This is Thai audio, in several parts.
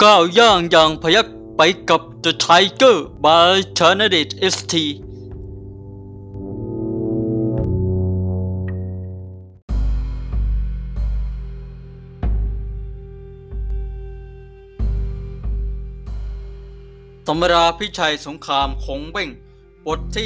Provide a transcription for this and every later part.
ก้าวย่างอย่างพยักไปกับ The Tiger by Chanadit ST ตำราพิชัยสงครามคงเบ้งบทที่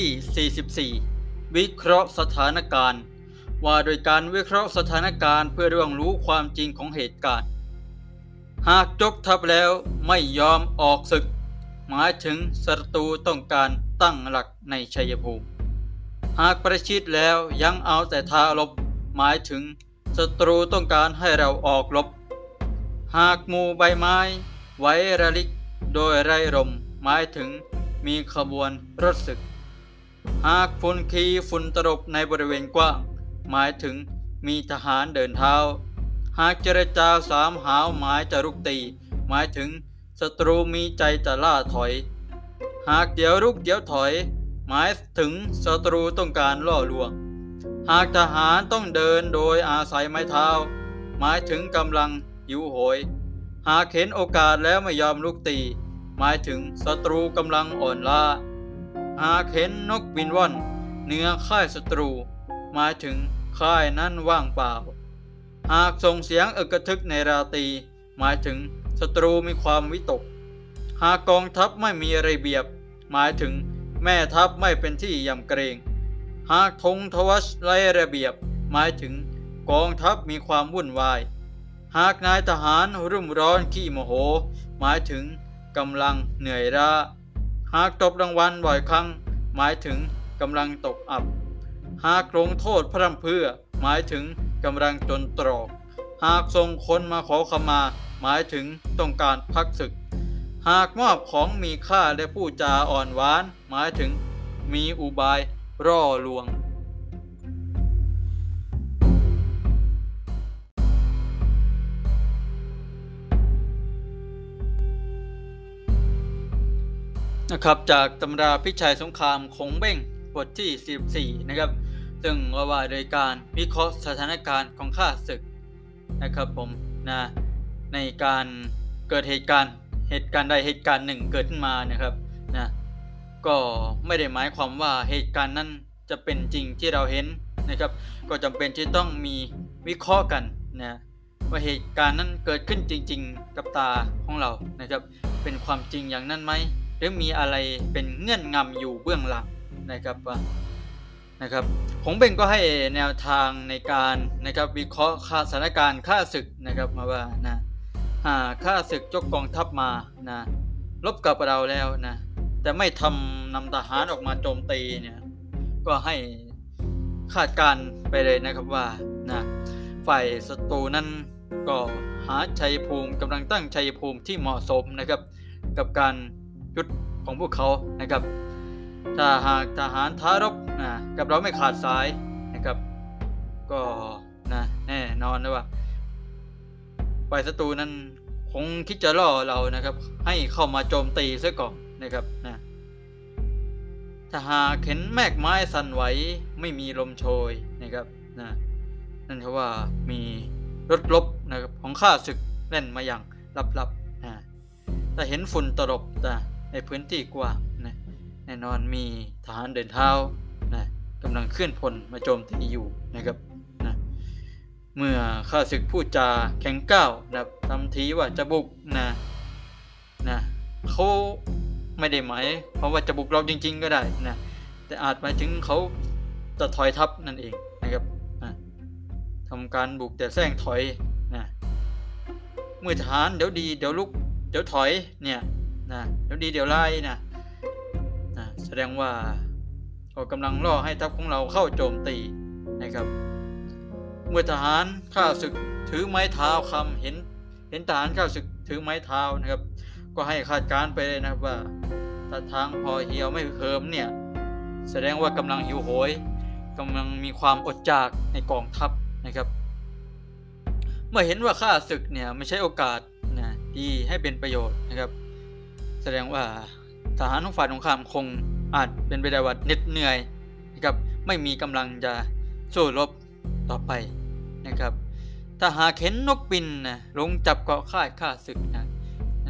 44 วิเคราะห์สถานการณ์ว่าโดยการวิเคราะห์สถานการณ์เพื่อเรื่องรู้ความจริงของเหตุการณ์หากยกทัพแล้วไม่ยอมออกศึกหมายถึงศัตรูต้องการตั้งหลักในชัยภูมิหากประชิดแล้วยังเอาแต่ท่ารบหมายถึงศัตรูต้องการให้เราออกรบหากหมู่ใบไม้ไว้ระลิกโดยไร้ลมหมายถึงมีขบวนรถศึกหากฝุ่นขี้ฝุ่นตลบในบริเวณกว้างหมายถึงมีทหารเดินเท้าหากเจรจาสามหาวหมายจะรุกตีหมายถึงศัตรูมีใจจะล่าถอยหากเดี๋ยวรุกเดี๋ยวถอยหมายถึงศัตรูต้องการล่อลวงหากทหารต้องเดินโดยอาศัยไม้เท้าหมายถึงกำลังหิวโหยหากเห็นโอกาสแล้วไม่ยอมลุกตีหมายถึงศัตรูกำลังอ่อนล้าหากเห็นนกบินว่อนเหนือค่ายศัตรูหมายถึงค่ายนั้นว่างเปล่าหากส่งเสียงอึกกระทึกในราตรีหมายถึงศัตรูมีความวิตกหากกองทัพไม่มีระเบียบหมายถึงแม่ทัพไม่เป็นที่ยำเกรงหากธงทวัชไร้ระเบียบหมายถึงกองทัพมีความวุ่นวายหากนายทหารรุ่มร้อนขี้โมโหหมายถึงกำลังเหนื่อยล้าหากตบรางวัลบ่อยครั้งหมายถึงกำลังตกอับหากลงโทษพร่ำเพรื่อหมายถึงกำลังจนตรอกหากส่งคนมาขอขมาหมายถึงต้องการพักศึกหากมอบของมีค่าและพูดจาอ่อนหวานหมายถึงมีอุบายร่อลวงนะครับจากตำราพิชัยสงครามคงเบ้งบทที่ 44นะครับซึ่งว่าโดยการวิเคราะห์สถานการณ์ของข้าศึกนะครับผมนะในการเกิดเหตุการณ์ใดเหตุการณ์หนึ่งเกิดขึ้นมานะครับนะก็ไม่ได้หมายความว่าเหตุการณ์นั้นจะเป็นจริงที่เราเห็นนะครับก็จำเป็นที่ต้องมีวิเคราะห์กันนะว่าเหตุการณ์นั้นเกิดขึ้นจริงๆกับตาของเรานะครับเป็นความจริงอย่างนั้นไหมหรือมีอะไรเป็นเงื่อนงำอยู่เบื้องหลังนะครับผมเบงก็ให้แนวทางในการนะครับวิเคราะห์สถานการณ์ข้าศึกนะครับมาว่านะข้าศึกยกกองทัพมานะรบกับเราแล้วนะแต่ไม่นำทหารออกมาโจมตีเนี่ยก็ให้คาดการไปเลยนะครับว่านะฝ่ายศัตรูนั้นก็หาชัยภูมิกำลังตั้งชัยภูมิที่เหมาะสมนะครับกับการยุทธของพวกเขานะครับถ้าหากทหารท้ารบกับเราไม่ขาดสายนะครับก็นะแน่นอนนะว่าฝ่ายศัตรูนั้นคงคิดจะล่อเรานะครับให้เข้ามาโจมตีซะก่อนนะครับนะถ้าหากเห็นแมกไม้สั่นไหวไม่มีลมโชยนะครับนะนั่นเพราะว่ามีรถรบนะครับของข้าศึกเล่นมาอย่างลับๆถ้าเห็นฝุ่นตลบในพื้นที่กว้างนะแน่นอนมีทหารเดินเท้านะกำลังเคลื่อนพลมาโจมตีอยู่นะครับนะเมื่อข้าศึกพูดจาแข็งก้าวนะครับทำทีว่าจะบุกนะเขาไม่ได้หมายความว่าจะบุกเราจริงๆก็ได้นะแต่อาจหมายถึงเขาจะถอยทัพนั่นเองนะครับทำการบุกแต่แซงถอยนะเมื่อทหารเดี๋ยวดีเดี๋ยวลุกเดี๋ยวถอยเนี่ยนะเดี๋ยวดีเดี๋ยวไล่นะแสดงว่าเขากำลังล่อให้ทัพของเราเข้าโจมตีนะครับเมื่อทหารข้าศึกถือไม้เท้าเห็นทหารข้าศึกถือไม้เท้านะครับก็ให้คาดการณ์ไปเลยนะครับว่าถ้าทางพอเหี่ยวไม่เพิ่มเนี่ยแสดงว่ากำลังหิวโหยกำลังมีความอดจากในกองทัพนะครับเมื่อเห็นว่าข้าศึกเนี่ยไม่ใช่โอกาสนะที่ให้เป็นประโยชน์นะครับแสดงว่าทหารของฝ่ายสงครามคงอาจเป็นไปได้ว่าเหน็ดเหนื่อยนะครับไม่มีกำลังจะสู้รบต่อไปนะครับถ้าหากเห็นนกบินนะลงจับเกาะค่ายข้าศึกนะนั่น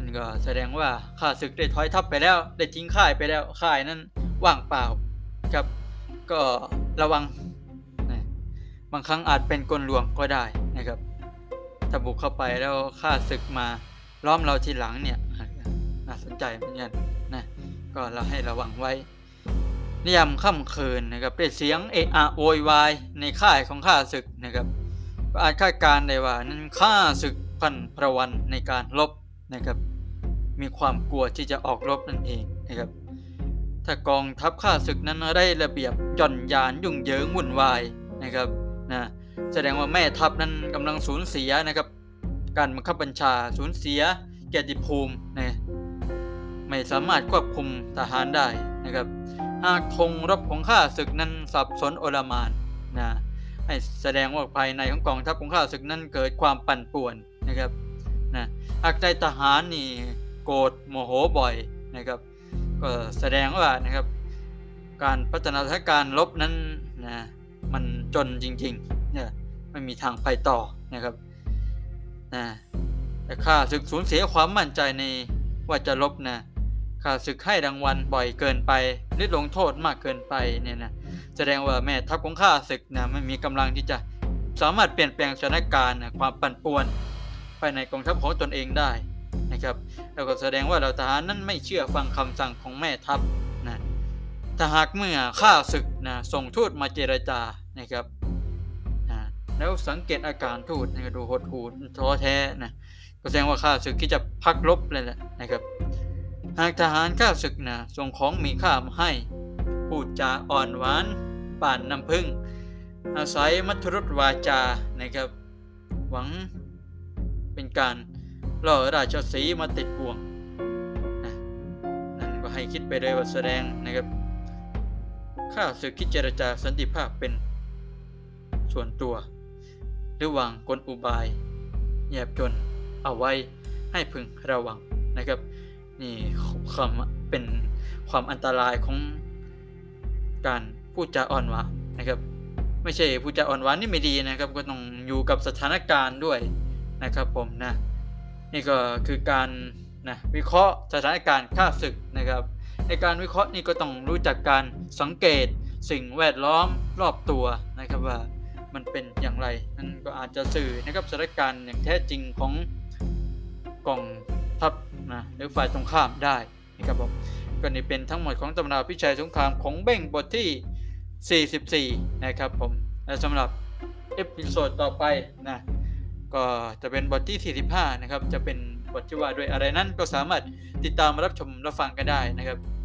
ก็แสดงว่าข้าศึกได้ถอยทัพไปแล้วได้ทิ้งค่ายไปแล้วค่ายนั้นว่างเปล่าครับก็ระวังนะบางครั้งอาจเป็นกลลวงก็ได้นะครับถ้าบุกเข้าไปแล้วข้าศึกมาล้อมเราทีหลังเนี่ยน่าสนใจเหมือนกันนะก็เราให้ระวังไว้ในยามค่ำคืนนะครับได้เสียงเอะอะโวยวายในค่ายของข้าศึกนะครับก็อาจคาดการณ์ได้ว่านั้นข้าศึกพันประวันในการรบนะครับมีความกลัวที่จะออกรบนั่นเองนะครับถ้ากองทัพข้าศึกนั้นได้ระเบียบหย่อนยานยุ่งเหยิงวุ่นวายนะครับนะแสดงว่าแม่ทัพนั้นกำลังสูญเสียนะครับการบังคับบัญชาสูญเสียเกียรติภูมินะไม่สามารถควบคุมทหารได้นะครับหากธงรบของข้าศึกนั้นสับสนโอลหม่านนะให้แสดงว่าภายในของกองทัพของข้าศึกนั้นเกิดความปั่นป่วนนะครับนะหากใจทหารนี่โกรธโมโหบ่อยนะครับก็แสดงว่านะครับการพัฒนาสถานการณ์รบนั้นนะมันจนจริงๆเนี่ยไม่มีทางไปต่อนะครับนะแต่ข้าศึกสูญเสียความมั่นใจในว่าจะรบนะข้าศึกให้รางวัลบ่อยเกินไปหรือลงโทษมากเกินไปเนี่ยนะแสดงว่าแม่ทัพของข้าศึกนะไม่มีกำลังที่จะสามารถเปลี่ยนแปลงสถานการณ์ความปั่นป่วนภายในกองทัพของตนเองได้นะครับแล้วก็แสดงว่าเราทหารนั้นไม่เชื่อฟังคำสั่งของแม่ทัพนะถ้าหากเมื่อข้าศึกนะส่งทูตมาเจรจานะครับนะแล้วสังเกตอาการทูตนะดูหดหู่ท้อแท้นะก็แสดงว่าข้าศึกที่จะพักรบเลยแหละนะครับหากทหารข้าศึกนะส่งของมีค่ามาให้พูดจาอ่อนหวานป่านน้ำผึ้งอาศัยมัทรุตวาจานะครับหวังเป็นการล่อราชสีห์มาติดบ่วงนะนั่นก็ให้คิดไปเลยว่าแสดงนะครับข้าศึกคิดเจรจาสันติภาพเป็นส่วนตัวหรือวางกลอุบายแยบยลเอาไว้ให้พึงระวังนะครับนี่เป็นความอันตรายของการพูดจาอ่อนหวานนะครับไม่ใช่พูดจาอ่อนหวานนี่ไม่ดีนะครับก็ต้องอยู่กับสถานการณ์ด้วยนะครับผมนะนี่ก็คือการนะวิเคราะห์สถานการณ์ข้าศึกนะครับในการวิเคราะห์นี่ก็ต้องรู้จักการสังเกตสิ่งแวดล้อมรอบตัวนะครับว่ามันเป็นอย่างไรนั่นก็อาจจะสื่อนะครับสถานการณ์อย่างแท้จริงของกองทัพนะหรือฝ่ายตรงข้ามได้นะครับผมก็นี่เป็นทั้งหมดของตำราพิชัยสงครามของเบ้งบทที่44นะครับผมและสำหรับเอพิโซดต่อไปนะก็จะเป็นบทที่45นะครับจะเป็นบทที่ว่าด้วยอะไรนั้นก็สามารถติดตามรับชมรับฟังกันได้นะครับ